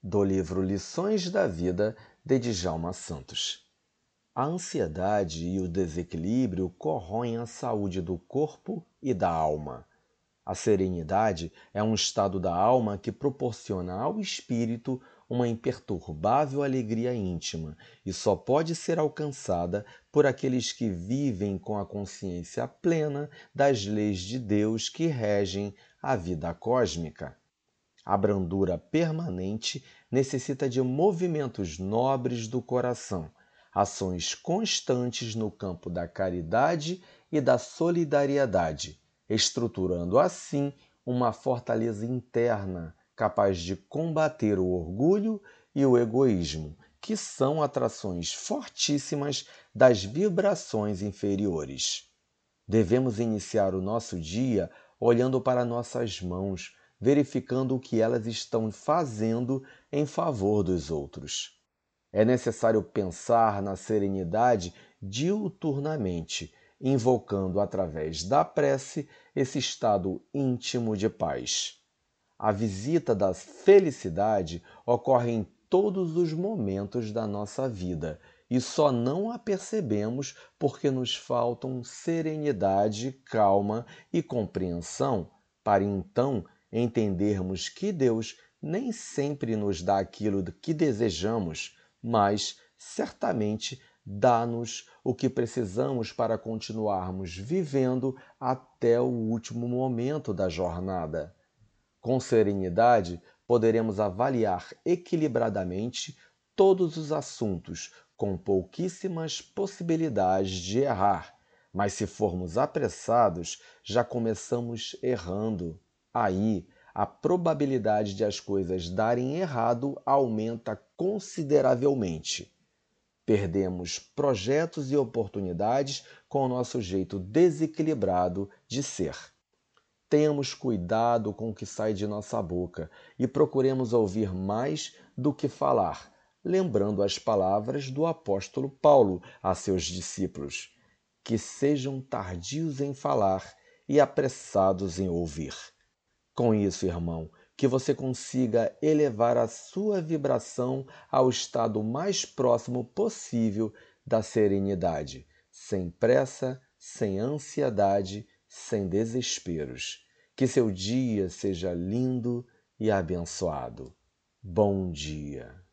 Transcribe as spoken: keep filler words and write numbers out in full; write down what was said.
do livro Lições da Vida, de Djalma Santos. A ansiedade e o desequilíbrio corroem a saúde do corpo e da alma. A serenidade é um estado da alma que proporciona ao espírito uma imperturbável alegria íntima e só pode ser alcançada por aqueles que vivem com a consciência plena das leis de Deus que regem a vida cósmica. A brandura permanente necessita de movimentos nobres do coração, ações constantes no campo da caridade e da solidariedade, estruturando assim uma fortaleza interna capaz de combater o orgulho e o egoísmo, que são atrações fortíssimas das vibrações inferiores. Devemos iniciar o nosso dia olhando para nossas mãos, verificando o que elas estão fazendo em favor dos outros. É necessário pensar na serenidade diuturnamente, invocando através da prece esse estado íntimo de paz. A visita da felicidade ocorre em todos os momentos da nossa vida e só não a percebemos porque nos faltam serenidade, calma e compreensão para então entendermos que Deus nem sempre nos dá aquilo que desejamos, mas certamente dá-nos o que precisamos para continuarmos vivendo até o último momento da jornada. Com serenidade, poderemos avaliar equilibradamente todos os assuntos, com pouquíssimas possibilidades de errar. Mas se formos apressados, já começamos errando. Aí, a probabilidade de as coisas darem errado aumenta consideravelmente. Perdemos projetos e oportunidades com o nosso jeito desequilibrado de ser. Tenhamos cuidado com o que sai de nossa boca e procuremos ouvir mais do que falar, lembrando as palavras do apóstolo Paulo a seus discípulos, que sejam tardios em falar e apressados em ouvir. Com isso, irmão, que você consiga elevar a sua vibração ao estado mais próximo possível da serenidade, sem pressa, sem ansiedade, sem desesperos. Que seu dia seja lindo e abençoado. Bom dia!